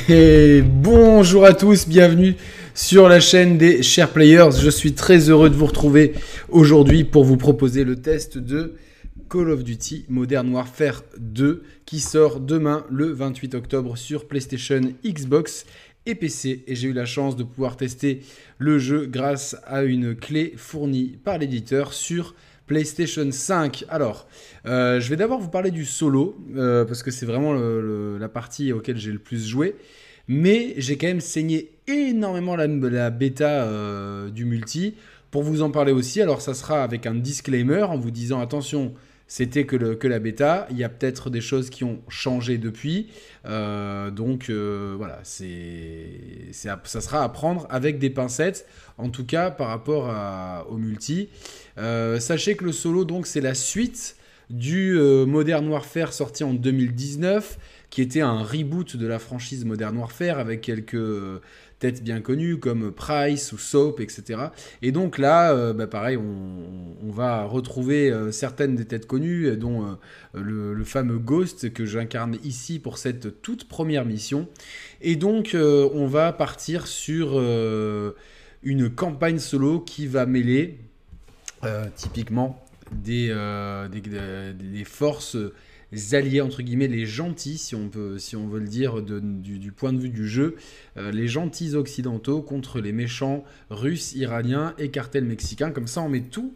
Et bonjour à tous, bienvenue sur la chaîne des Chers Players. Je suis très heureux de vous retrouver aujourd'hui pour vous proposer le test de Call of Duty Modern Warfare 2 qui sort demain le 28 octobre sur PlayStation, Xbox et PC. Et j'ai eu la chance de pouvoir tester le jeu grâce à une clé fournie par l'éditeur sur PlayStation 5. Alors, je vais d'abord vous parler du solo, parce que c'est vraiment la partie auquel j'ai le plus joué. Mais j'ai quand même saigné énormément la bêta du multi pour vous en parler aussi. Alors, ça sera avec un disclaimer en vous disant attention, c'était que la bêta. Il y a peut-être des choses qui ont changé depuis. Donc, voilà, ça sera à prendre avec des pincettes, en tout cas par rapport au multi. Sachez que le solo, donc, c'est la suite du Modern Warfare sorti en 2019, qui était un reboot de la franchise Modern Warfare avec quelques têtes bien connues comme Price ou Soap, etc. Et donc là, pareil, on va retrouver certaines des têtes connues, dont le fameux Ghost que j'incarne ici pour cette toute première mission. Et donc, on va partir sur une campagne solo qui va mêler typiquement des forces alliés, entre guillemets, les gentils, si on veut le dire du point de vue du jeu, les gentils occidentaux contre les méchants russes, iraniens et cartels mexicains. Comme ça, on met tous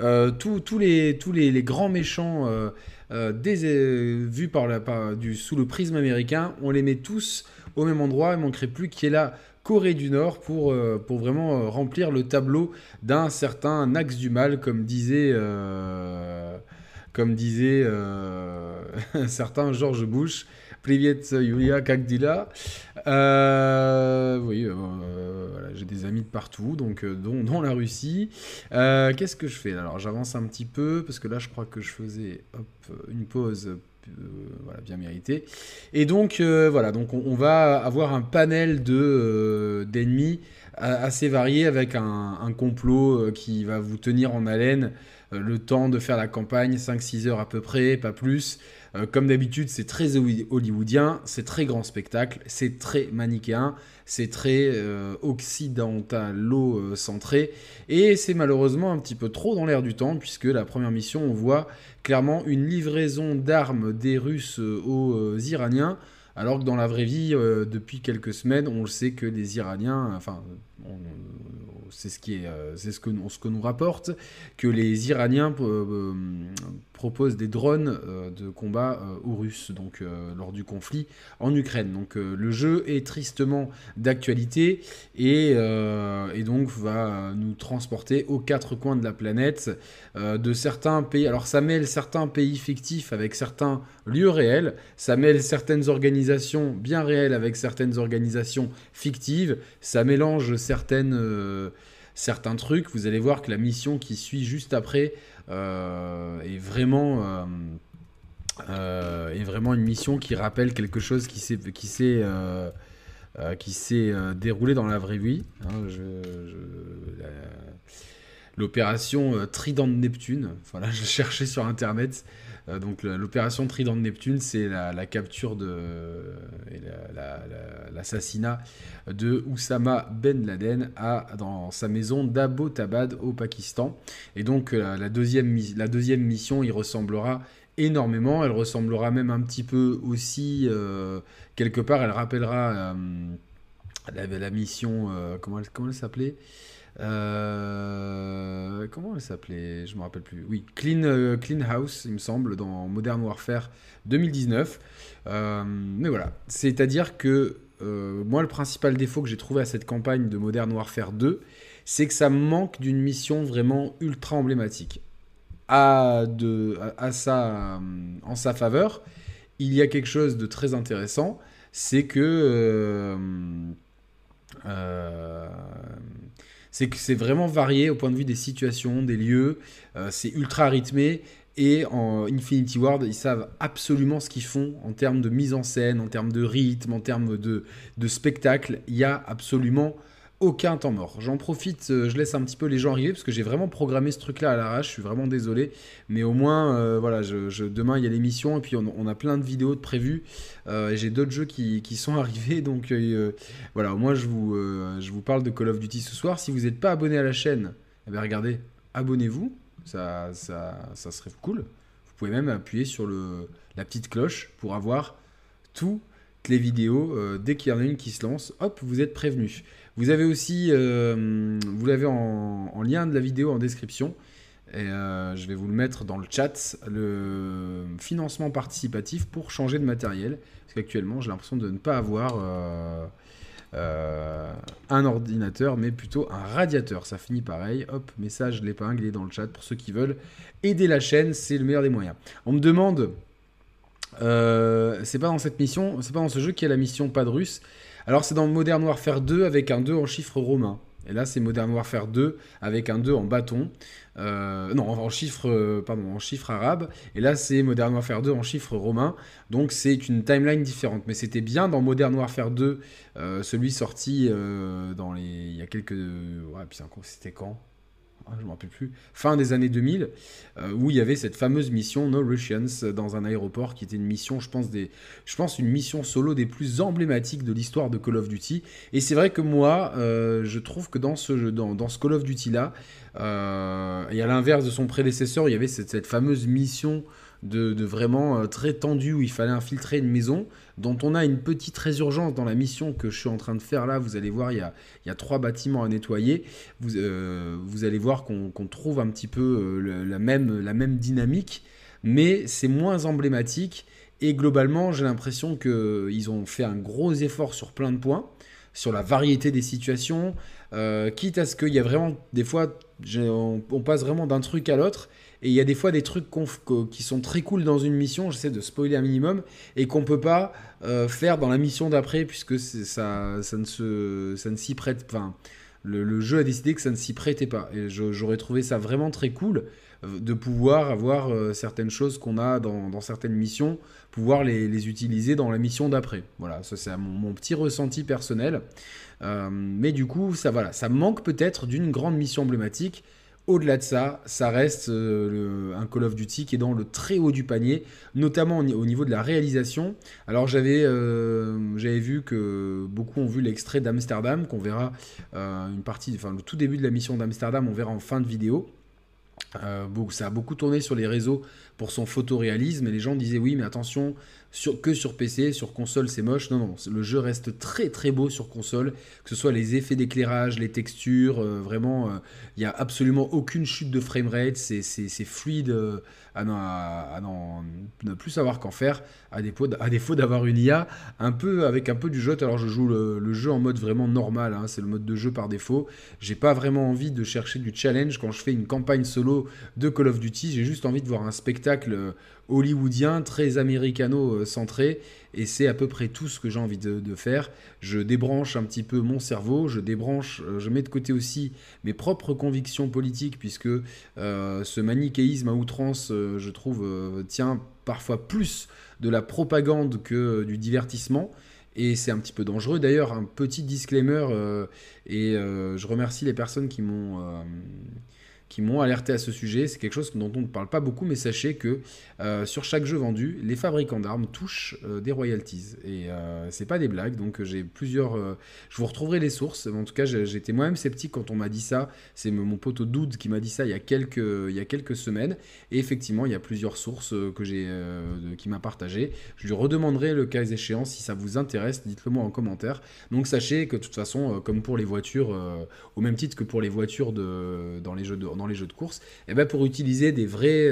les grands méchants vus sous le prisme américain, on les met tous au même endroit. Il ne manquerait plus qu'il y ait la Corée du Nord pour vraiment remplir le tableau d'un certain axe du mal, comme disait un certain George Bush. Privet Yulia Kagdila. Oui, voilà, j'ai des amis de partout, donc dont la Russie. Qu'est-ce que je fais? Alors, j'avance un petit peu, parce que là, je crois que je faisais une pause voilà, bien méritée. Et donc, voilà, donc on va avoir un panel d'ennemis assez varié, avec un complot qui va vous tenir en haleine le temps de faire la campagne, 5-6 heures à peu près, pas plus. Comme d'habitude, c'est très hollywoodien, c'est très grand spectacle, c'est très manichéen, c'est très occidentalo-centré, et c'est malheureusement un petit peu trop dans l'air du temps, puisque la première mission, on voit clairement une livraison d'armes des Russes aux Iraniens, alors que dans la vraie vie, depuis quelques semaines, on le sait que les Iraniens, c'est ce que nous rapporte, que les Iraniens proposent des drones de combat aux Russes, donc lors du conflit en Ukraine. Donc le jeu est tristement d'actualité et donc va nous transporter aux quatre coins de la planète, de certains pays. Alors ça mêle certains pays fictifs avec certains lieux réels, ça mêle certaines organisations bien réelles avec certaines organisations fictives, ça mélange certains trucs. Vous allez voir que la mission qui suit juste après est vraiment une mission qui rappelle quelque chose qui s'est déroulé dans la vraie vie. L'opération Trident de Neptune. Voilà, je cherchais sur internet. Donc l'opération Trident de Neptune, c'est la capture et l'assassinat de Oussama Ben Laden dans sa maison d'Abbottabad au Pakistan. Et donc la deuxième mission y ressemblera énormément. Elle ressemblera même un petit peu aussi, quelque part, elle rappellera la mission, comment elle s'appelait? Comment elle s'appelait? Je me rappelle plus. Oui, Clean House, il me semble, dans Modern Warfare 2019. Mais voilà, c'est-à-dire que moi, le principal défaut que j'ai trouvé à cette campagne de Modern Warfare 2, c'est que ça manque d'une mission vraiment ultra emblématique. En sa faveur, il y a quelque chose de très intéressant, c'est que c'est vraiment varié au point de vue des situations, des lieux, c'est ultra rythmé, et en Infinity Ward, ils savent absolument ce qu'ils font en termes de mise en scène, en termes de rythme, en termes de spectacle. Il y a absolument aucun temps mort. J'en profite, je laisse un petit peu les gens arriver parce que j'ai vraiment programmé ce truc-là à l'arrache. Je suis vraiment désolé, mais au moins, voilà, demain il y a l'émission et puis on a plein de vidéos de prévues. Et j'ai d'autres jeux qui sont arrivés, donc voilà, au moins je vous parle de Call of Duty ce soir. Si vous n'êtes pas abonné à la chaîne, eh bien, regardez, abonnez-vous, ça serait cool. Vous pouvez même appuyer sur la petite cloche pour avoir toutes les vidéos. Dès qu'il y en a une qui se lance, hop, vous êtes prévenus. Vous avez aussi, vous l'avez en lien de la vidéo en description, et je vais vous le mettre dans le chat, le financement participatif pour changer de matériel. Parce qu'actuellement, j'ai l'impression de ne pas avoir un ordinateur, mais plutôt un radiateur. Ça finit pareil. Hop, message de l'épingle, il est dans le chat pour ceux qui veulent aider la chaîne, c'est le meilleur des moyens. On me demande, c'est pas dans cette mission, c'est pas dans ce jeu qu'il y a la mission pas de russe. Alors c'est dans Modern Warfare 2 avec un 2 en chiffres romains. Et là, c'est Modern Warfare 2 avec un 2 en bâton. Non, en chiffres arabes. Et là, c'est Modern Warfare 2 en chiffres romains. Donc, c'est une timeline différente. Mais c'était bien dans Modern Warfare 2, celui sorti il y a quelques... Ouais, putain, c'était quand ? Je ne me rappelle plus, fin des années 2000, où il y avait cette fameuse mission No Russians dans un aéroport qui était une mission, je pense une mission solo des plus emblématiques de l'histoire de Call of Duty. Et c'est vrai que moi, je trouve que dans ce jeu, dans ce Call of Duty là, et à l'inverse de son prédécesseur, il y avait cette fameuse mission de vraiment très tendue où il fallait infiltrer une maison, dont on a une petite résurgence dans la mission que je suis en train de faire là. Vous allez voir, il y a 3 bâtiments à nettoyer. Vous allez voir qu'on trouve un petit peu la même dynamique, mais c'est moins emblématique. Et globalement, j'ai l'impression qu'ils ont fait un gros effort sur plein de points, sur la variété des situations, quitte à ce qu'il y a vraiment, des fois, on passe vraiment d'un truc à l'autre. Et il y a des fois des trucs qui sont très cool dans une mission, j'essaie de spoiler un minimum, et qu'on ne peut pas faire dans la mission d'après, puisque ça ne s'y prête pas. Enfin, le jeu a décidé que ça ne s'y prêtait pas. Et j'aurais trouvé ça vraiment très cool de pouvoir avoir certaines choses qu'on a dans certaines missions, pouvoir les utiliser dans la mission d'après. Voilà, ça c'est mon petit ressenti personnel. Mais du coup, ça manque peut-être d'une grande mission emblématique. Au-delà de ça, ça reste un Call of Duty qui est dans le très haut du panier, notamment au niveau de la réalisation. Alors j'avais vu que beaucoup ont vu l'extrait d'Amsterdam, qu'on verra le tout début de la mission d'Amsterdam, on verra en fin de vidéo. Ça a beaucoup tourné sur les réseaux pour son photoréalisme, et les gens disaient oui mais attention, que sur PC, sur console c'est moche. Non, le jeu reste très très beau sur console, que ce soit les effets d'éclairage, les textures, vraiment il n'y a absolument aucune chute de framerate, c'est fluide à ne plus savoir qu'en faire, à défaut d'avoir une IA avec un peu du jeu. Alors je joue le jeu en mode vraiment normal, hein, c'est le mode de jeu par défaut. J'ai pas vraiment envie de chercher du challenge quand je fais une campagne solo de Call of Duty, j'ai juste envie de voir un spectacle hollywoodien, très américano-centré, et c'est à peu près tout ce que j'ai envie de faire. Je débranche un petit peu mon cerveau, je mets de côté aussi mes propres convictions politiques, puisque ce manichéisme à outrance, je trouve, tient parfois plus de la propagande que du divertissement. Et c'est un petit peu dangereux. D'ailleurs, un petit disclaimer, je remercie les personnes qui m'ont alerté à ce sujet. C'est quelque chose dont on ne parle pas beaucoup, mais sachez que sur chaque jeu vendu, les fabricants d'armes touchent des royalties. Et c'est pas des blagues, donc j'ai plusieurs... je vous retrouverai les sources. En tout cas, j'étais moi-même sceptique quand on m'a dit ça. C'est mon pote Dude qui m'a dit ça il y a quelques semaines. Et effectivement, il y a plusieurs sources qui m'a partagé. Je lui redemanderai le cas échéant si ça vous intéresse. Dites-le moi en commentaire. Donc sachez que de toute façon, comme pour les voitures, au même titre que pour les voitures dans les jeux de course, et ben pour utiliser des vrais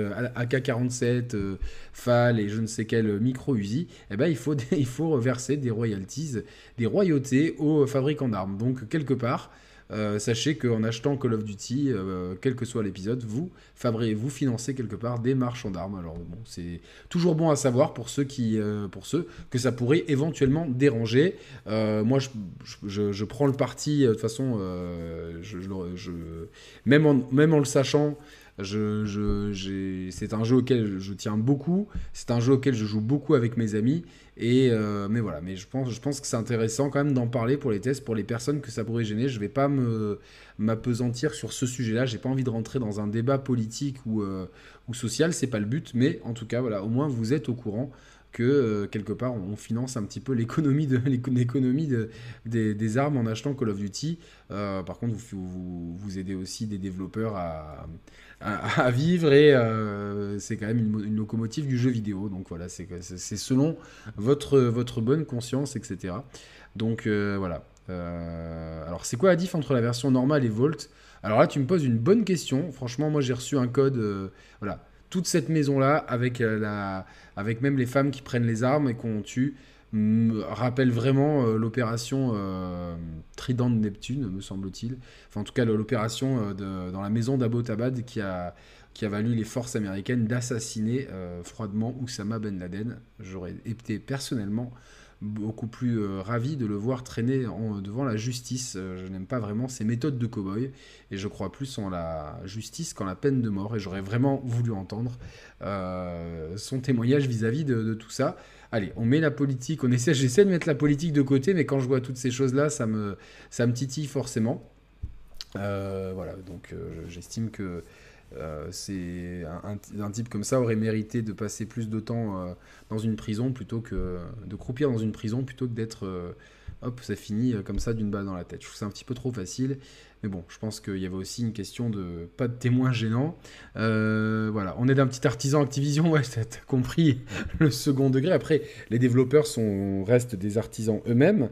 AK-47, FAL et je ne sais quel micro Uzi, et ben il faut verser des royautés aux fabricants d'armes. Donc quelque part, sachez qu'en achetant Call of Duty, quel que soit l'épisode, vous financez quelque part des marchands d'armes. Alors bon, c'est toujours bon à savoir pour ceux que ça pourrait éventuellement déranger. Moi, je prends le parti de toute façon. Même en le sachant, C'est un jeu auquel je tiens beaucoup. C'est un jeu auquel je joue beaucoup avec mes amis. Mais voilà, mais je pense que c'est intéressant quand même d'en parler pour les tests, pour les personnes que ça pourrait gêner. Je vais pas m'apesantir sur ce sujet-là. J'ai pas envie de rentrer dans un débat politique ou social. C'est pas le but. Mais en tout cas, voilà, au moins vous êtes au courant que quelque part on finance un petit peu des armes en achetant Call of Duty. Par contre, vous aidez aussi des développeurs à vivre et c'est quand même une locomotive du jeu vidéo. Donc voilà, c'est selon votre bonne conscience, etc. Donc voilà. Alors c'est quoi la diff entre la version normale et Volt? Alors là, tu me poses une bonne question. Franchement, moi j'ai reçu un code. Voilà. Toute cette maison-là, avec même les femmes qui prennent les armes et qu'on tue, me rappelle vraiment l'opération Trident de Neptune, me semble-t-il. Enfin, en tout cas, l'opération dans la maison d'Abbottabad qui a valu les forces américaines d'assassiner froidement Oussama Ben Laden. J'aurais été personnellement beaucoup plus ravi de le voir traîner devant la justice. Je n'aime pas vraiment ces méthodes de cow-boy et je crois plus en la justice qu'en la peine de mort et j'aurais vraiment voulu entendre son témoignage vis-à-vis de tout ça. Allez, on met la politique, j'essaie de mettre la politique de côté, mais quand je vois toutes ces choses-là, ça me titille forcément. Voilà, donc j'estime que c'est un type comme ça aurait mérité de passer plus de temps dans une prison plutôt que de croupir dans une prison plutôt que d'être hop, ça finit comme ça d'une balle dans la tête. Je trouve ça un petit peu trop facile, mais bon, je pense qu'il y avait aussi une question de pas de témoins gênants. Voilà, on est d'un petit artisan Activision, ouais, t'as compris le second degré. Après, les développeurs restent des artisans eux-mêmes.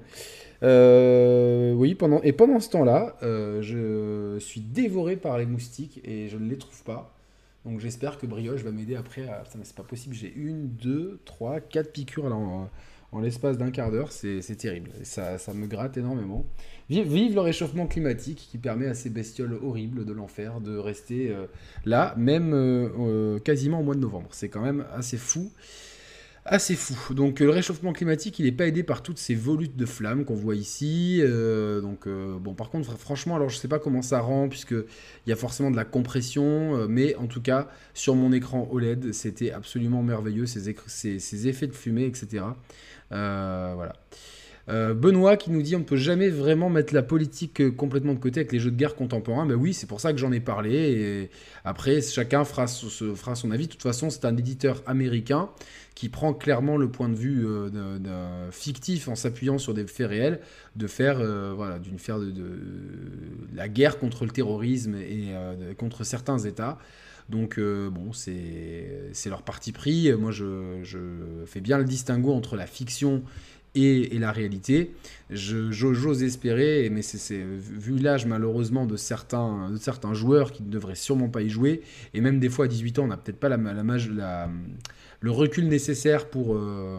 Oui, pendant ce temps-là, je suis dévoré par les moustiques et je ne les trouve pas. Donc j'espère que Brioche va m'aider après à... Putain, mais c'est pas possible, j'ai 1, 2, 3, 4 piqûres là, en l'espace d'un quart d'heure, c'est terrible. Et ça me gratte énormément. Vive le réchauffement climatique qui permet à ces bestioles horribles de l'enfer de rester là, même quasiment au mois de novembre. C'est quand même assez fou. Assez fou. Donc le réchauffement climatique, il n'est pas aidé par toutes ces volutes de flammes qu'on voit ici. Bon, par contre, franchement, alors je sais pas comment ça rend, puisqu'il y a forcément de la compression, mais en tout cas, sur mon écran OLED, c'était absolument merveilleux, ces effets de fumée, etc. Voilà. Benoît qui nous dit on ne peut jamais vraiment mettre la politique complètement de côté avec les jeux de guerre contemporains. Ben oui, c'est pour ça que j'en ai parlé. Et après, chacun fera son avis. De toute façon, c'est un éditeur américain qui prend clairement le point de vue d'un fictif en s'appuyant sur des faits réels de faire de la guerre contre le terrorisme et contre certains États. Donc bon, c'est leur parti pris. Moi, je fais bien le distinguo entre la fiction et la réalité. J'ose espérer, mais c'est vu l'âge malheureusement de certains joueurs qui ne devraient sûrement pas y jouer, et même des fois à 18 ans, on n'a peut-être pas le recul nécessaire pour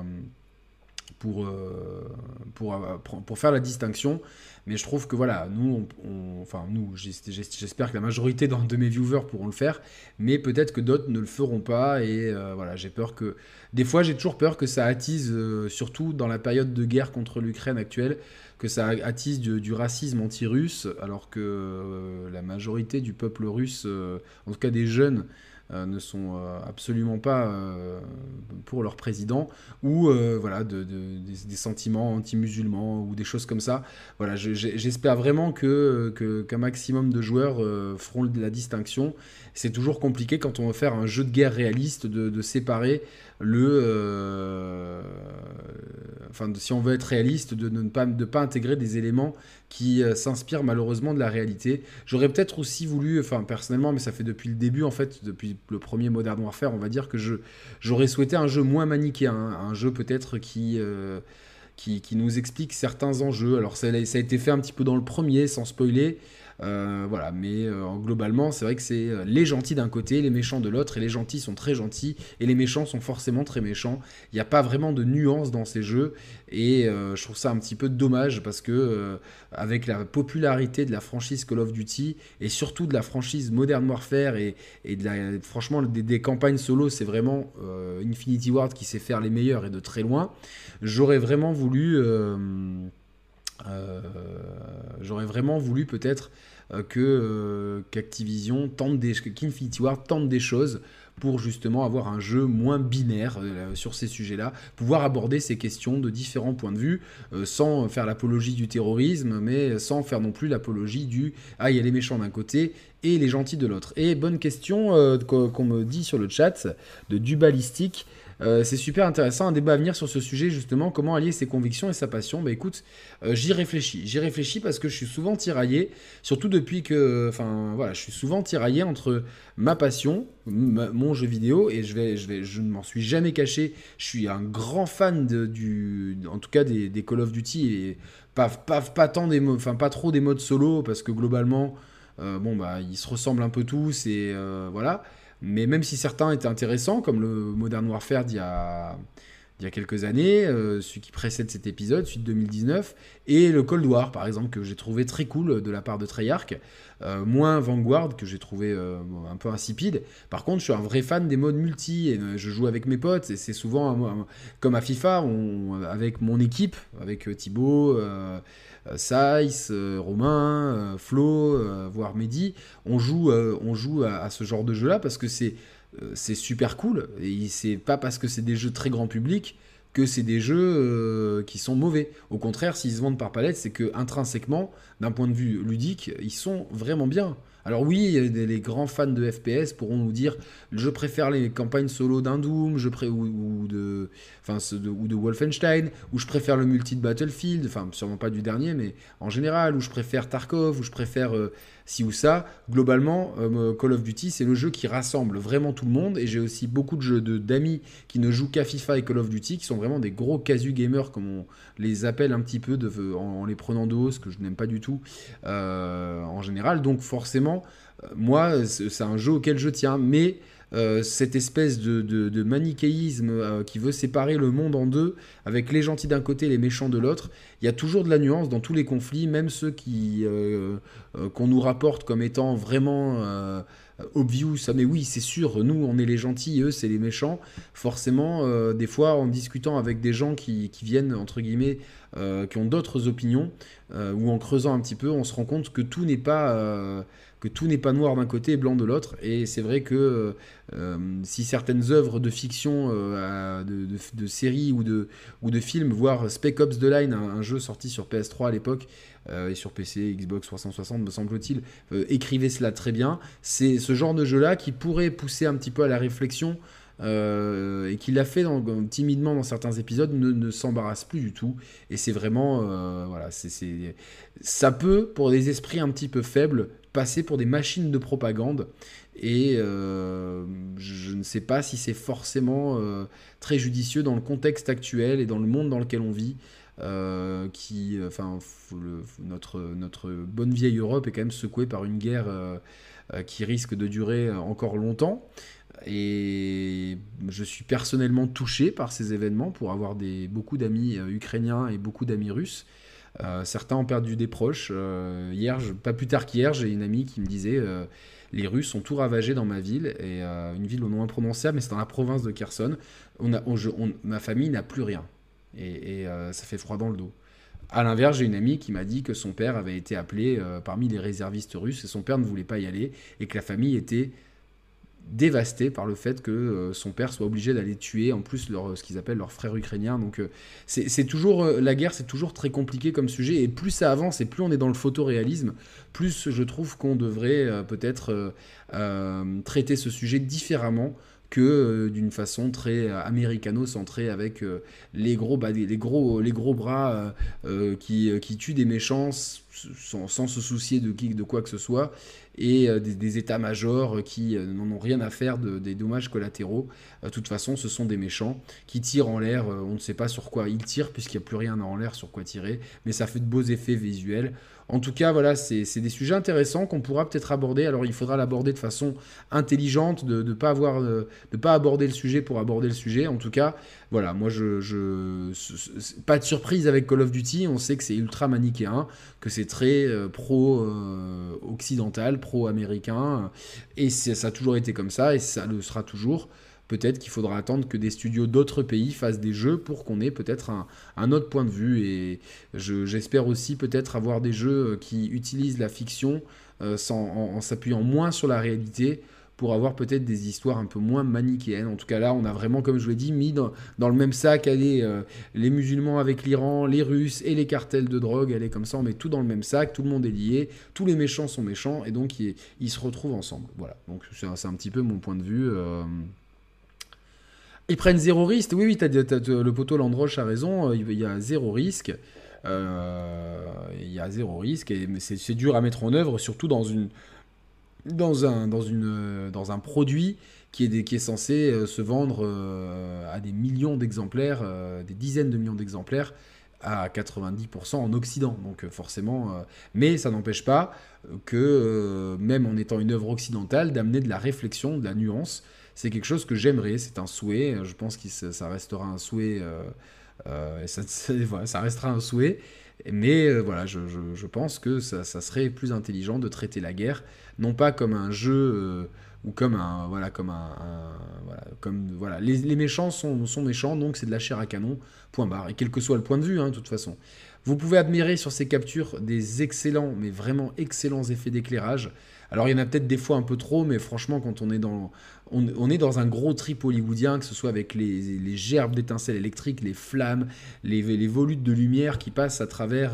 faire la distinction. Mais je trouve que voilà, j'espère que la majorité de mes viewers pourront le faire, mais peut-être que d'autres ne le feront pas. Et voilà, j'ai toujours peur que ça attise, surtout dans la période de guerre contre l'Ukraine actuelle, que ça attise du racisme anti-russe, alors que la majorité du peuple russe, en tout cas des jeunes, ne sont absolument pas pour leur président, ou voilà, des sentiments anti-musulmans ou des choses comme ça. Voilà, j'espère vraiment qu'un maximum de joueurs feront la distinction. C'est toujours compliqué quand on veut faire un jeu de guerre réaliste de séparer si on veut être réaliste, de ne pas intégrer des éléments qui s'inspirent malheureusement de la réalité. J'aurais peut-être aussi voulu, personnellement, mais ça fait depuis le début, en fait, depuis le premier Modern Warfare, on va dire que j'aurais souhaité un jeu moins manichéen, un jeu peut-être qui nous explique certains enjeux. Alors ça a été fait un petit peu dans le premier, sans spoiler, voilà, mais globalement, c'est vrai que c'est les gentils d'un côté, les méchants de l'autre, et les gentils sont très gentils, et les méchants sont forcément très méchants. Il n'y a pas vraiment de nuance dans ces jeux, et je trouve ça un petit peu dommage, parce que avec la popularité de la franchise Call of Duty, et surtout de la franchise Modern Warfare, et franchement, des campagnes solo, c'est vraiment Infinity Ward qui sait faire les meilleurs, et de très loin. J'aurais vraiment voulu peut-être qu'Activision qu'Infinity Ward tente des choses pour justement avoir un jeu moins binaire sur ces sujets-là, pouvoir aborder ces questions de différents points de vue, sans faire l'apologie du terrorisme, mais sans faire non plus l'apologie du « ah, il y a les méchants d'un côté et les gentils de l'autre ». Et bonne question qu'on me dit sur le chat de Dubalistique. C'est super intéressant, un débat à venir sur ce sujet justement, comment allier ses convictions et sa passion. Bah écoute, j'y réfléchis parce que je suis souvent tiraillé, surtout depuis que, enfin voilà, je suis souvent tiraillé entre ma passion, mon jeu vidéo, et je ne m'en suis jamais caché, je suis un grand fan en tout cas des Call of Duty, et pas tant pas trop des modes solo, parce que globalement, ils se ressemblent un peu tous, et voilà. Mais même si certains étaient intéressants, comme le Modern Warfare d'il y a quelques années, celui qui précède cet épisode, celui de 2019, et le Cold War, par exemple, que j'ai trouvé très cool de la part de Treyarch, moins Vanguard, que j'ai trouvé un peu insipide. Par contre, je suis un vrai fan des modes multi, et je joue avec mes potes, et c'est souvent, comme à FIFA, avec mon équipe, avec Thibaut, Saïs, Romain, Flo, voire Mehdi, on joue à ce genre de jeu-là parce que c'est super cool. Et c'est pas parce que c'est des jeux très grand public que c'est des jeux qui sont mauvais. Au contraire, s'ils se vendent par palette, c'est que intrinsèquement, d'un point de vue ludique, ils sont vraiment bien. Alors oui, les grands fans de FPS pourront nous dire je préfère les campagnes solo d'un Doom, ou de Wolfenstein, ou je préfère le multi de Battlefield, enfin sûrement pas du dernier, mais en général, ou je préfère Tarkov, ou je préfère ci ou ça. Globalement, Call of Duty, c'est le jeu qui rassemble vraiment tout le monde, et j'ai aussi beaucoup de jeux d'amis qui ne jouent qu'à FIFA et Call of Duty, qui sont vraiment des gros casu gamers, comme on les appelle un petit peu en les prenant de haut, ce que je n'aime pas du tout en général. Donc forcément, moi, c'est un jeu auquel je tiens, mais cette espèce de manichéisme qui veut séparer le monde en deux, avec les gentils d'un côté et les méchants de l'autre, il y a toujours de la nuance dans tous les conflits, même ceux qu'on nous rapporte comme étant vraiment obvious. Ah, mais oui, c'est sûr, nous on est les gentils, eux c'est les méchants. Forcément, des fois en discutant avec des gens qui viennent, entre guillemets, qui ont d'autres opinions, ou en creusant un petit peu, on se rend compte que tout n'est pas noir d'un côté et blanc de l'autre. Et c'est vrai que si certaines œuvres de fiction, de séries ou de films, voire Spec Ops The Line, un jeu sorti sur PS3 à l'époque, et sur PC, Xbox 360 me semble-t-il, écrivait cela très bien. C'est ce genre de jeu-là qui pourrait pousser un petit peu à la réflexion, et qui l'a fait timidement dans certains épisodes, ne s'embarrasse plus du tout. Et c'est vraiment, voilà, ça peut, pour des esprits un petit peu faibles, passer pour des machines de propagande. Et je ne sais pas si c'est forcément très judicieux dans le contexte actuel et dans le monde dans lequel on vit. Notre bonne vieille Europe est quand même secouée par une guerre qui risque de durer encore longtemps. Et je suis personnellement touché par ces événements pour avoir beaucoup d'amis ukrainiens et beaucoup d'amis russes. Certains ont perdu des proches. Pas plus tard qu'hier, j'ai une amie qui me disait les Russes ont tout ravagé dans ma ville, et une ville au nom imprononçable, mais c'est dans la province de Kherson. Ma famille n'a plus rien, et ça fait froid dans le dos. À l'inverse, j'ai une amie qui m'a dit que son père avait été appelé parmi les réservistes russes, et son père ne voulait pas y aller, et que la famille était dévasté par le fait que son père soit obligé d'aller tuer en plus ce qu'ils appellent leurs frères ukrainiens. Donc c'est toujours la guerre, c'est toujours très compliqué comme sujet, et plus ça avance et plus on est dans le photoréalisme, plus je trouve qu'on devrait peut-être traiter ce sujet différemment que d'une façon très américano-centrée, avec les gros bras qui tuent des méchants sans se soucier de quoi que ce soit, et des états-majors qui n'en ont rien à faire des dommages collatéraux. De toute façon, ce sont des méchants qui tirent en l'air, on ne sait pas sur quoi ils tirent, puisqu'il n'y a plus rien en l'air sur quoi tirer, mais ça fait de beaux effets visuels. En tout cas, voilà, c'est des sujets intéressants qu'on pourra peut-être aborder. Alors, il faudra l'aborder de façon intelligente, de ne pas aborder le sujet pour aborder le sujet. En tout cas, voilà, moi, pas de surprise avec Call of Duty. On sait que c'est ultra manichéen, que c'est très pro-occidental, pro-américain. Et ça a toujours été comme ça, et ça le sera toujours. peut-être qu'il faudra attendre que des studios d'autres pays fassent des jeux pour qu'on ait peut-être un autre point de vue. Et j'espère aussi peut-être avoir des jeux qui utilisent la fiction en s'appuyant moins sur la réalité pour avoir peut-être des histoires un peu moins manichéennes. En tout cas là, on a vraiment, comme je vous l'ai dit, mis dans le même sac les musulmans avec l'Iran, les Russes et les cartels de drogue. Allez, comme ça, on met tout dans le même sac, tout le monde est lié, tous les méchants sont méchants, et donc ils se retrouvent ensemble. Voilà, donc c'est un petit peu mon point de vue. Ils prennent zéro risque. Oui, le poteau Landroche a raison, il y a zéro risque. Il y a zéro risque, mais c'est dur à mettre en œuvre, surtout dans un produit qui est censé se vendre à des millions d'exemplaires, des dizaines de millions d'exemplaires, à 90% en Occident. Donc forcément, mais ça n'empêche pas que, même en étant une œuvre occidentale, d'amener de la réflexion, de la nuance. C'est quelque chose que j'aimerais, c'est un souhait. Je pense que ça restera un souhait. Voilà, ça restera un souhait. Mais voilà, je pense que ça serait plus intelligent de traiter la guerre, non pas comme un jeu ou comme voilà, les méchants sont méchants, donc c'est de la chair à canon, point barre. Et quel que soit le point de vue, hein, de toute façon. Vous pouvez admirer sur ces captures des excellents, mais vraiment excellents effets d'éclairage. Alors il y en a peut-être des fois un peu trop, mais franchement, quand on est dans un gros trip hollywoodien, que ce soit avec les gerbes d'étincelles électriques, les flammes, les volutes de lumière qui passent à travers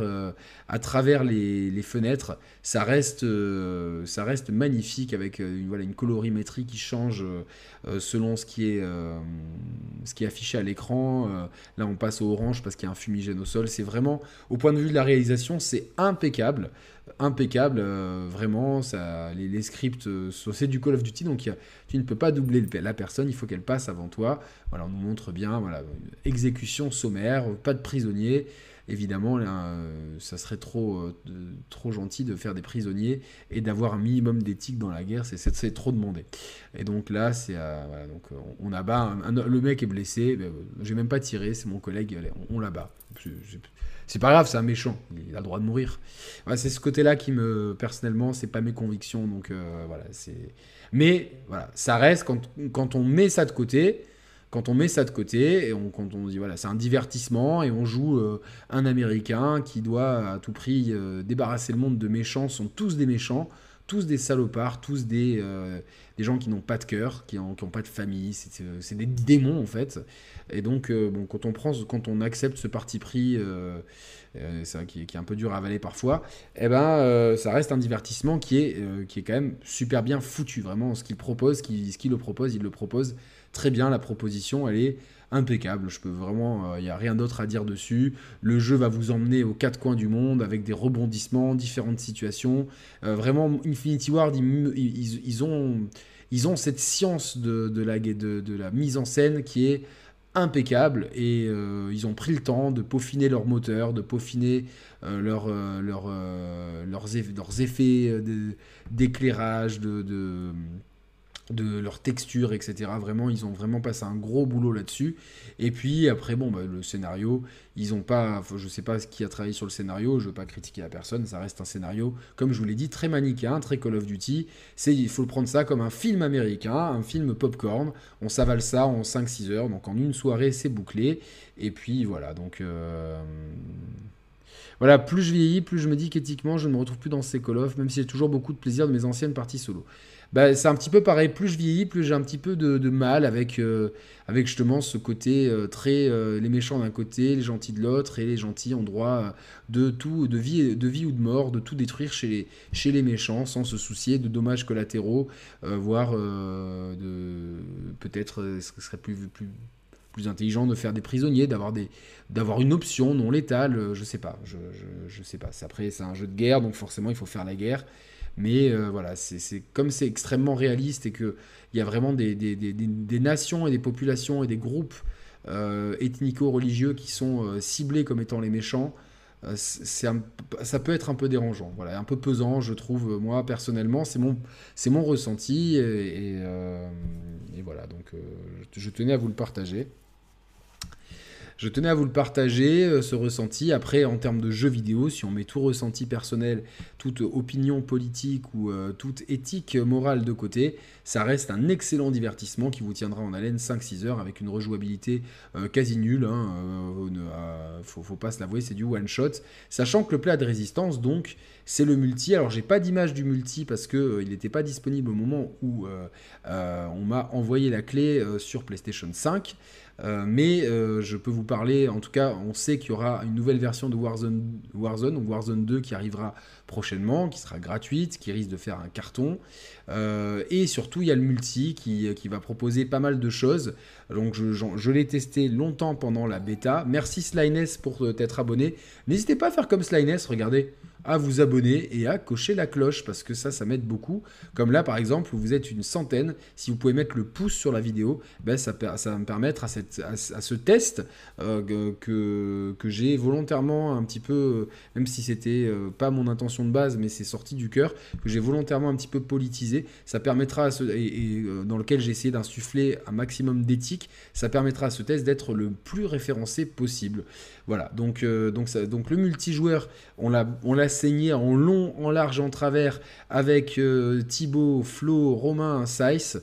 les fenêtres, ça reste magnifique, avec une colorimétrie qui change selon ce qui est affiché à l'écran. Là, on passe au orange parce qu'il y a un fumigène au sol. C'est vraiment, au point de vue de la réalisation, c'est impeccable. Impeccable, vraiment. Les scripts, c'est du Call of Duty, donc tu ne peux pas doubler la personne, il faut qu'elle passe avant toi. Voilà, on nous montre bien, voilà, exécution sommaire, pas de prisonniers. Évidemment, là, ça serait trop gentil de faire des prisonniers et d'avoir un minimum d'éthique dans la guerre, c'est trop demandé. Et donc là, voilà, donc on abat, le mec est blessé, j'ai même pas tiré, c'est mon collègue, allez, on l'abat. C'est pas grave, c'est un méchant, il a le droit de mourir. Voilà, c'est ce côté-là qui personnellement, c'est pas mes convictions, donc voilà, mais voilà, ça reste quand on met ça de côté. Quand on met ça de côté, quand on dit voilà, c'est un divertissement et on joue un Américain qui doit à tout prix débarrasser le monde de méchants, sont tous des méchants, tous des salopards, tous des gens qui n'ont pas de cœur, qui n'ont pas de famille, c'est des démons en fait. Et donc quand on accepte ce parti pris, ça, qui est un peu dur à avaler parfois, ça reste un divertissement qui est quand même super bien foutu, vraiment ce qu'il propose, il le propose très bien, la proposition, elle est impeccable. Je peux vraiment, il n'y a rien d'autre à dire dessus. Le jeu va vous emmener aux quatre coins du monde avec des rebondissements, différentes situations. Vraiment, Infinity Ward, ils ont cette science de la mise en scène qui est impeccable, et ils ont pris le temps de peaufiner leur moteur, de peaufiner leurs effets d'éclairage, de leur texture, etc. Vraiment, ils ont vraiment passé un gros boulot là-dessus. Et puis après, le scénario, ils ont pas, je sais pas qui a travaillé sur le scénario, je veux pas critiquer la personne, ça reste un scénario, comme je vous l'ai dit, très manichéen, très Call of Duty. Il faut le prendre ça comme un film américain, un film popcorn. On s'avale ça en 5-6 heures, donc en une soirée, c'est bouclé. Et puis voilà, donc voilà, plus je vieillis, plus je me dis qu'éthiquement, je ne me retrouve plus dans ces Call of, même si j'ai toujours beaucoup de plaisir de mes anciennes parties solo. C'est un petit peu pareil, plus je vieillis, plus j'ai un petit peu de mal avec justement ce côté très les méchants d'un côté, les gentils de l'autre, et les gentils ont droit de tout, de vie ou de mort, de tout détruire chez les méchants sans se soucier de dommages collatéraux, voire peut-être ce serait plus intelligent de faire des prisonniers, d'avoir une option non létale, je sais pas, je sais pas. Après, c'est un jeu de guerre, donc forcément il faut faire la guerre. Mais voilà, comme c'est extrêmement réaliste et qu'il y a vraiment des nations et des populations et des groupes ethnico-religieux qui sont ciblés comme étant les méchants, ça peut être un peu dérangeant, voilà, un peu pesant, je trouve, moi personnellement, c'est mon ressenti, et voilà, donc je tenais à vous le partager. Je tenais à vous le partager, ce ressenti. Après, en termes de jeux vidéo, si on met tout ressenti personnel, toute opinion politique ou toute éthique morale de côté, ça reste un excellent divertissement qui vous tiendra en haleine 5-6 heures avec une rejouabilité quasi nulle. Hein, faut pas se l'avouer, c'est du one shot. Sachant que le plat de résistance, donc, c'est le multi. Alors, j'ai pas d'image du multi parce que il n'était pas disponible au moment où on m'a envoyé la clé sur PlayStation 5. Mais je peux vous parler, en tout cas, on sait qu'il y aura une nouvelle version de Warzone, donc Warzone 2 qui arrivera prochainement, qui sera gratuite, qui risque de faire un carton. Et surtout, il y a le multi qui va proposer pas mal de choses. Donc, je l'ai testé longtemps pendant la bêta. Merci Slyness pour t'être abonné. N'hésitez pas à faire comme Slyness, regardez, à vous abonner et à cocher la cloche parce que ça m'aide beaucoup. Comme là, par exemple, où vous êtes une centaine, si vous pouvez mettre le pouce sur la vidéo, ben ça va me permettre à ce test que j'ai volontairement un petit peu, même si c'était pas mon intention de base, mais c'est sorti du cœur, que j'ai volontairement un petit peu politisé. Ça permettra, dans lequel j'ai essayé d'insuffler un maximum d'éthique, ça permettra à ce test d'être le plus référencé possible. Voilà, donc le multijoueur, on l'a saigné en long, en large, en travers avec Thibaut, Flo, Romain, Saïs.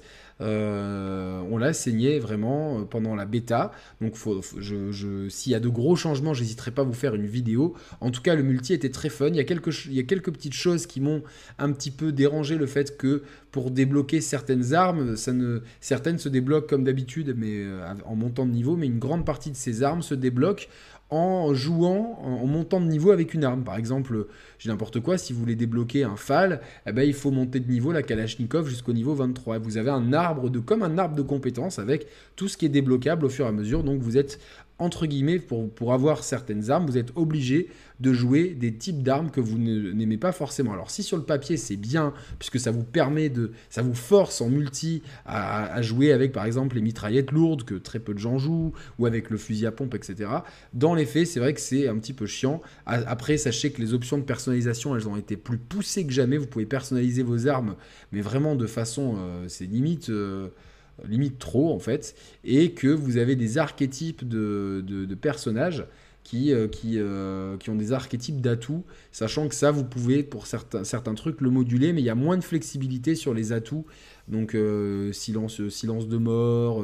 On l'a saigné vraiment pendant la bêta. Donc s'il y a de gros changements, j'hésiterai pas à vous faire une vidéo. En tout cas, le multi était très fun. Il y a quelques petites choses qui m'ont un petit peu dérangé, le fait que pour débloquer certaines armes, certaines se débloquent comme d'habitude, mais en montant de niveau, mais une grande partie de ces armes se débloquent en jouant, en montant de niveau avec une arme. Par exemple, j'ai n'importe quoi, si vous voulez débloquer un FAL, eh ben, il faut monter de niveau la Kalachnikov jusqu'au niveau 23. Vous avez comme un arbre de compétences avec tout ce qui est débloquable au fur et à mesure. Donc vous êtes, entre guillemets, pour avoir certaines armes, vous êtes obligé de jouer des types d'armes que vous n'aimez pas forcément. Alors si sur le papier c'est bien, puisque ça vous permet ça vous force en multi à jouer avec par exemple les mitraillettes lourdes que très peu de gens jouent, ou avec le fusil à pompe, etc. Dans les faits, c'est vrai que c'est un petit peu chiant. Après, sachez que les options de personnalisation, elles ont été plus poussées que jamais. Vous pouvez personnaliser vos armes, mais vraiment de façon, c'est limite trop en fait, et que vous avez des archétypes de personnages qui ont des archétypes d'atouts, sachant que ça, vous pouvez pour certains trucs le moduler, mais il y a moins de flexibilité sur les atouts. Donc silence de mort,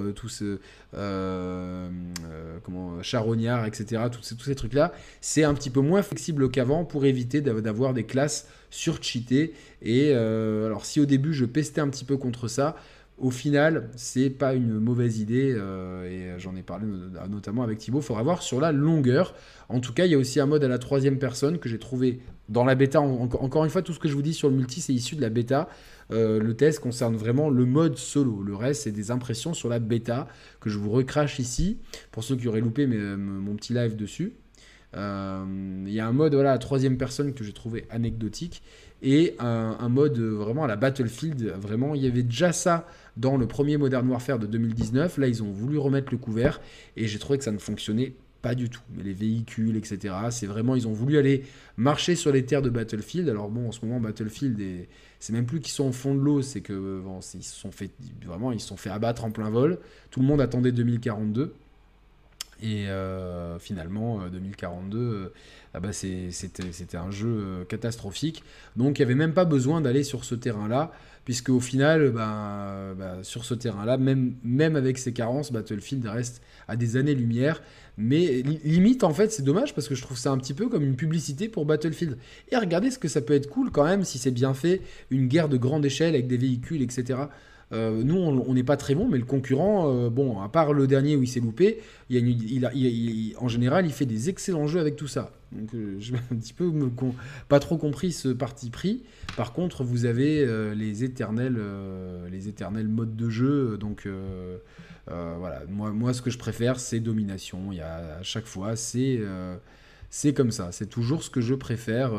charognard, etc. Tous ces trucs-là, c'est un petit peu moins flexible qu'avant pour éviter d'avoir des classes surcheatées. Et alors si au début je pestais un petit peu contre ça, au final, c'est pas une mauvaise idée, et j'en ai parlé notamment avec Thibaut. Il faudra voir sur la longueur. En tout cas, il y a aussi un mode à la troisième personne que j'ai trouvé dans la bêta. Encore une fois, tout ce que je vous dis sur le multi, c'est issu de la bêta. Le test concerne vraiment le mode solo. Le reste, c'est des impressions sur la bêta que je vous recrache ici, pour ceux qui auraient loupé mon petit live dessus. Il y a un mode à troisième personne que j'ai trouvé anecdotique, et un mode vraiment à la Battlefield. Vraiment, il y avait déjà ça dans le premier Modern Warfare de 2019. Là, ils ont voulu remettre le couvert et j'ai trouvé que ça ne fonctionnait pas du tout. Mais les véhicules, etc., c'est vraiment, ils ont voulu aller marcher sur les terres de Battlefield. Alors bon, en ce moment, Battlefield, c'est même plus qu'ils sont au fond de l'eau, c'est que ils se sont fait abattre en plein vol. Tout le monde attendait 2042. Et finalement, 2042, c'était un jeu catastrophique. Donc il n'y avait même pas besoin d'aller sur ce terrain-là, puisque au final, sur ce terrain-là, même avec ses carences, Battlefield reste à des années-lumière. Mais limite, en fait, c'est dommage, parce que je trouve ça un petit peu comme une publicité pour Battlefield. Et regardez ce que ça peut être cool quand même, si c'est bien fait, une guerre de grande échelle avec des véhicules, etc. Nous, on n'est pas très bon, mais le concurrent, à part le dernier où il s'est loupé, en général, il fait des excellents jeux avec tout ça. Donc, je vais un petit peu pas trop compris ce parti pris. Par contre, vous avez les éternels modes de jeu. Donc, voilà. Moi, ce que je préfère, c'est domination. À chaque fois, c'est comme ça. C'est toujours ce que je préfère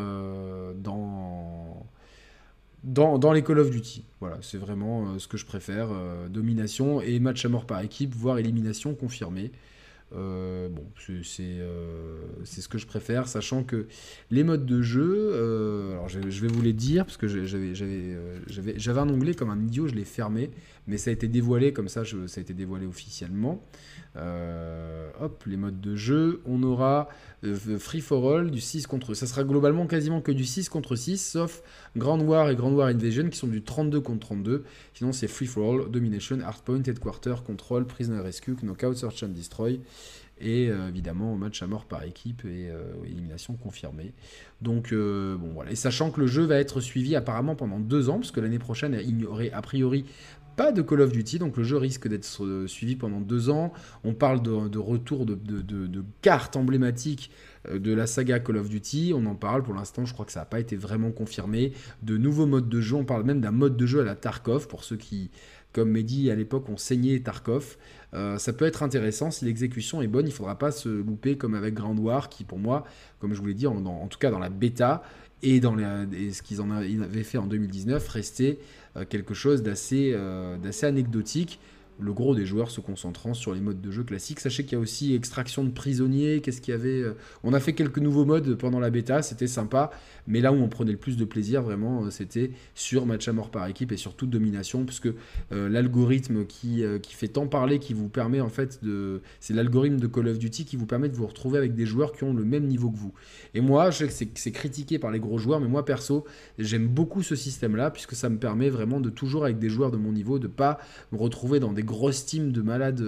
dans les Call of Duty. Voilà, c'est vraiment ce que je préfère, domination et match à mort par équipe, voire élimination confirmée. C'est ce que je préfère, sachant que les modes de jeu, alors je vais vous les dire, parce que j'avais un onglet comme un idiot, je l'ai fermé, mais ça a été dévoilé comme ça, ça a été dévoilé officiellement. hop, les modes de jeu. On aura Free for All, du 6 contre... Ça sera globalement quasiment que du 6 contre 6, sauf Grand War et Grand War Invasion, qui sont du 32 contre 32. Sinon, c'est Free for All, Domination, Hardpoint, Headquarter, Control, Prisoner Rescue, Knockout, Search and Destroy. Et évidemment, match à mort par équipe et élimination confirmée. Donc, bon, voilà. Et sachant que le jeu va être suivi apparemment pendant 2 ans, parce que l'année prochaine, il n'y aurait a priori pas de Call of Duty, donc le jeu risque d'être suivi pendant 2 ans. On parle de retour de cartes emblématiques de la saga Call of Duty. On en parle pour l'instant, je crois que ça n'a pas été vraiment confirmé. De nouveaux modes de jeu, on parle même d'un mode de jeu à la Tarkov, pour ceux qui, comme Mehdi à l'époque, ont saigné Tarkov. Ça peut être intéressant si l'exécution est bonne. Il ne faudra pas se louper comme avec Grand War, qui pour moi, comme je vous l'ai dit, en tout cas dans la bêta et dans ce qu'ils avaient fait en 2019, restait quelque chose d'assez anecdotique. Le gros des joueurs se concentrant sur les modes de jeu classiques. Sachez qu'il y a aussi extraction de prisonniers. Qu'est-ce qu'il y avait On a fait quelques nouveaux modes pendant la bêta, c'était sympa. Mais là où on prenait le plus de plaisir, vraiment, c'était sur match à mort par équipe et sur toute domination, puisque l'algorithme qui fait tant parler, qui vous permet en fait c'est l'algorithme de Call of Duty qui vous permet de vous retrouver avec des joueurs qui ont le même niveau que vous. Et moi, je sais que c'est critiqué par les gros joueurs, mais moi perso, j'aime beaucoup ce système-là, puisque ça me permet vraiment de toujours avec des joueurs de mon niveau, de pas me retrouver dans des grosses teams de malades,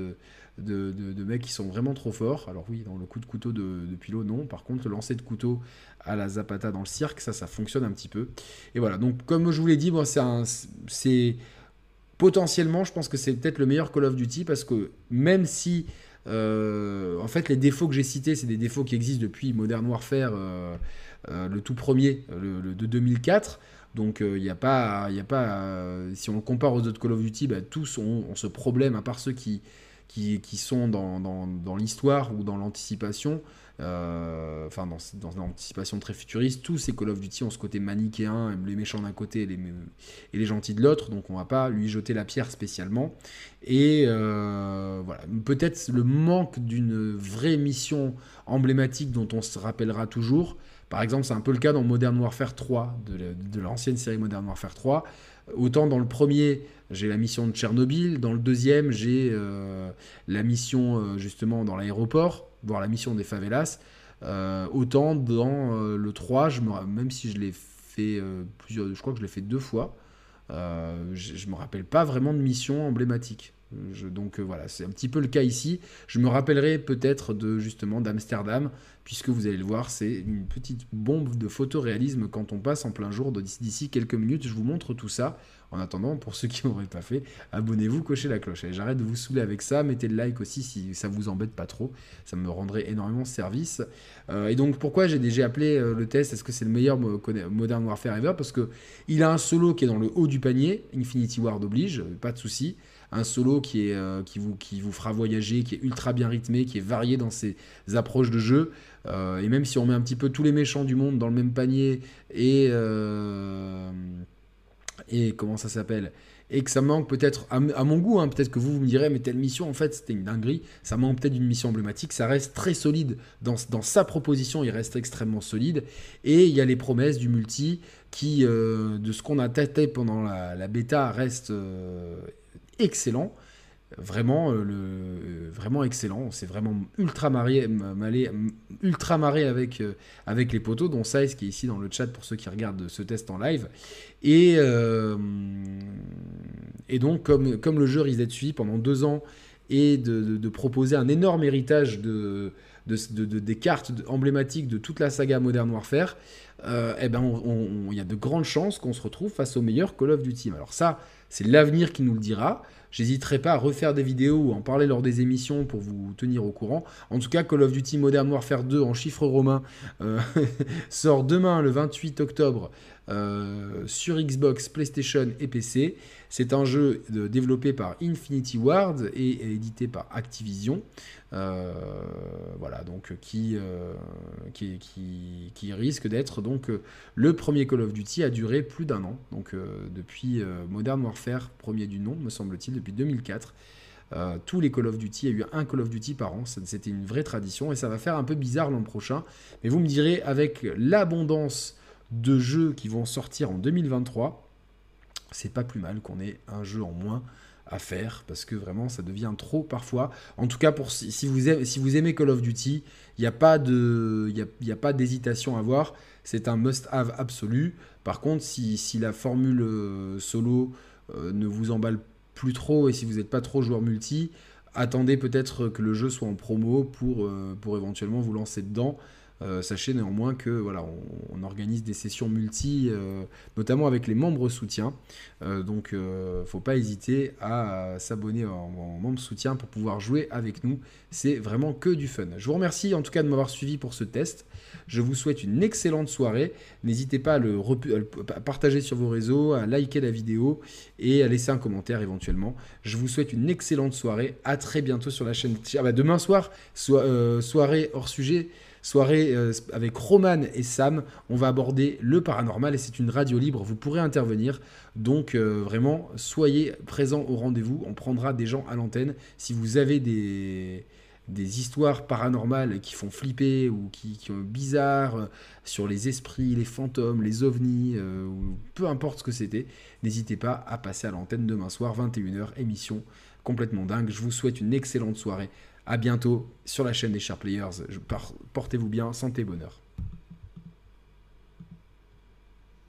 de mecs qui sont vraiment trop forts. Alors oui, dans le coup de couteau de Pilot, non. Par contre, le lancer de couteau à la Zapata dans le cirque, ça fonctionne un petit peu. Et voilà, donc comme je vous l'ai dit, moi, c'est potentiellement, je pense que c'est peut-être le meilleur Call of Duty, parce que même si, en fait, les défauts que j'ai cités, c'est des défauts qui existent depuis Modern Warfare, le tout premier, le de 2004. Donc il n'y a pas, si on le compare aux autres Call of Duty, tous ont ce problème, à part ceux qui sont dans l'histoire ou dans l'anticipation, enfin dans l'anticipation très futuriste. Tous ces Call of Duty ont ce côté manichéen, les méchants d'un côté et les gentils de l'autre, donc on va pas lui jeter la pierre spécialement. Et voilà, peut-être le manque d'une vraie mission emblématique dont on se rappellera toujours. Par exemple, c'est un peu le cas dans Modern Warfare 3, de l'ancienne série Modern Warfare 3. Autant dans le premier, j'ai la mission de Tchernobyl, dans le deuxième, j'ai la mission justement dans l'aéroport, voire la mission des favelas. Autant dans le 3, même si je l'ai fait je crois que je l'ai fait 2 fois, je ne me rappelle pas vraiment de mission emblématique. Donc voilà, c'est un petit peu le cas ici. Je me rappellerai peut-être justement d'Amsterdam, puisque vous allez le voir, c'est une petite bombe de photoréalisme quand on passe en plein jour. D'ici quelques minutes, je vous montre tout ça. En attendant, pour ceux qui n'auraient pas fait, abonnez-vous, cochez la cloche. Et j'arrête de vous saouler avec ça. Mettez le like aussi si ça vous embête pas trop. Ça me rendrait énormément service. Et donc pourquoi j'ai appelé le test, est-ce que c'est le meilleur Modern Warfare ever? Parce qu'il a un solo qui est dans le haut du panier. Infinity Ward oblige, pas de souci. Un solo qui vous fera voyager, qui est ultra bien rythmé, qui est varié dans ses approches de jeu. Et même si on met un petit peu tous les méchants du monde dans le même panier et comment ça s'appelle, et que ça manque peut-être, à mon goût, hein, peut-être que vous me direz, mais telle mission, en fait, c'était une dinguerie, ça manque peut-être d'une mission emblématique, ça reste très solide, dans sa proposition, il reste extrêmement solide, et il y a les promesses du multi, qui, de ce qu'on a tâté pendant la bêta, reste excellent. Vraiment, vraiment excellent. C'est vraiment ultra marré avec les potos, dont Size qui est ici dans le chat pour ceux qui regardent ce test en live. Et donc, comme le jeu risque d'être suivi pendant 2 ans et de proposer un énorme héritage des cartes emblématiques de toute la saga Modern Warfare, il y a de grandes chances qu'on se retrouve face au meilleur Call of Duty. Alors ça, c'est l'avenir qui nous le dira. J'hésiterai pas à refaire des vidéos ou en parler lors des émissions pour vous tenir au courant. En tout cas, Call of Duty Modern Warfare 2 en chiffres romains sort demain, le 28 octobre, sur Xbox, PlayStation et PC. C'est un jeu développé par Infinity Ward et édité par Activision. Voilà, donc qui risque d'être donc le premier Call of Duty à durer plus d'1 an. Donc depuis Modern Warfare, premier du nom, me semble-t-il, depuis 2004. Tous les Call of Duty, il y a eu un Call of Duty par an, c'était une vraie tradition et ça va faire un peu bizarre l'an prochain. Mais vous me direz, avec l'abondance de jeux qui vont sortir en 2023, c'est pas plus mal qu'on ait un jeu en moins à faire parce que vraiment ça devient trop parfois. En tout cas, si vous aimez Call of Duty, il n'y a pas d'hésitation à avoir. C'est un must-have absolu. Par contre, si la formule solo ne vous emballe plus trop et si vous n'êtes pas trop joueur multi, attendez peut-être que le jeu soit en promo pour éventuellement vous lancer dedans. Sachez néanmoins que voilà, on organise des sessions multi, notamment avec les membres soutiens. Donc, faut pas hésiter à s'abonner en membre soutien pour pouvoir jouer avec nous. C'est vraiment que du fun. Je vous remercie en tout cas de m'avoir suivi pour ce test. Je vous souhaite une excellente soirée. N'hésitez pas à le partager sur vos réseaux, à liker la vidéo et à laisser un commentaire éventuellement. Je vous souhaite une excellente soirée. À très bientôt sur la chaîne. Demain soir, soirée hors sujet. Soirée avec Roman et Sam, on va aborder le paranormal et c'est une radio libre, vous pourrez intervenir. Donc vraiment, soyez présents au rendez-vous, on prendra des gens à l'antenne. Si vous avez des histoires paranormales qui font flipper ou qui sont bizarres sur les esprits, les fantômes, les ovnis, ou peu importe ce que c'était, n'hésitez pas à passer à l'antenne demain soir, 21h, émission complètement dingue. Je vous souhaite une excellente soirée. À bientôt sur la chaîne des Chers Players. Portez-vous bien, santé, bonheur.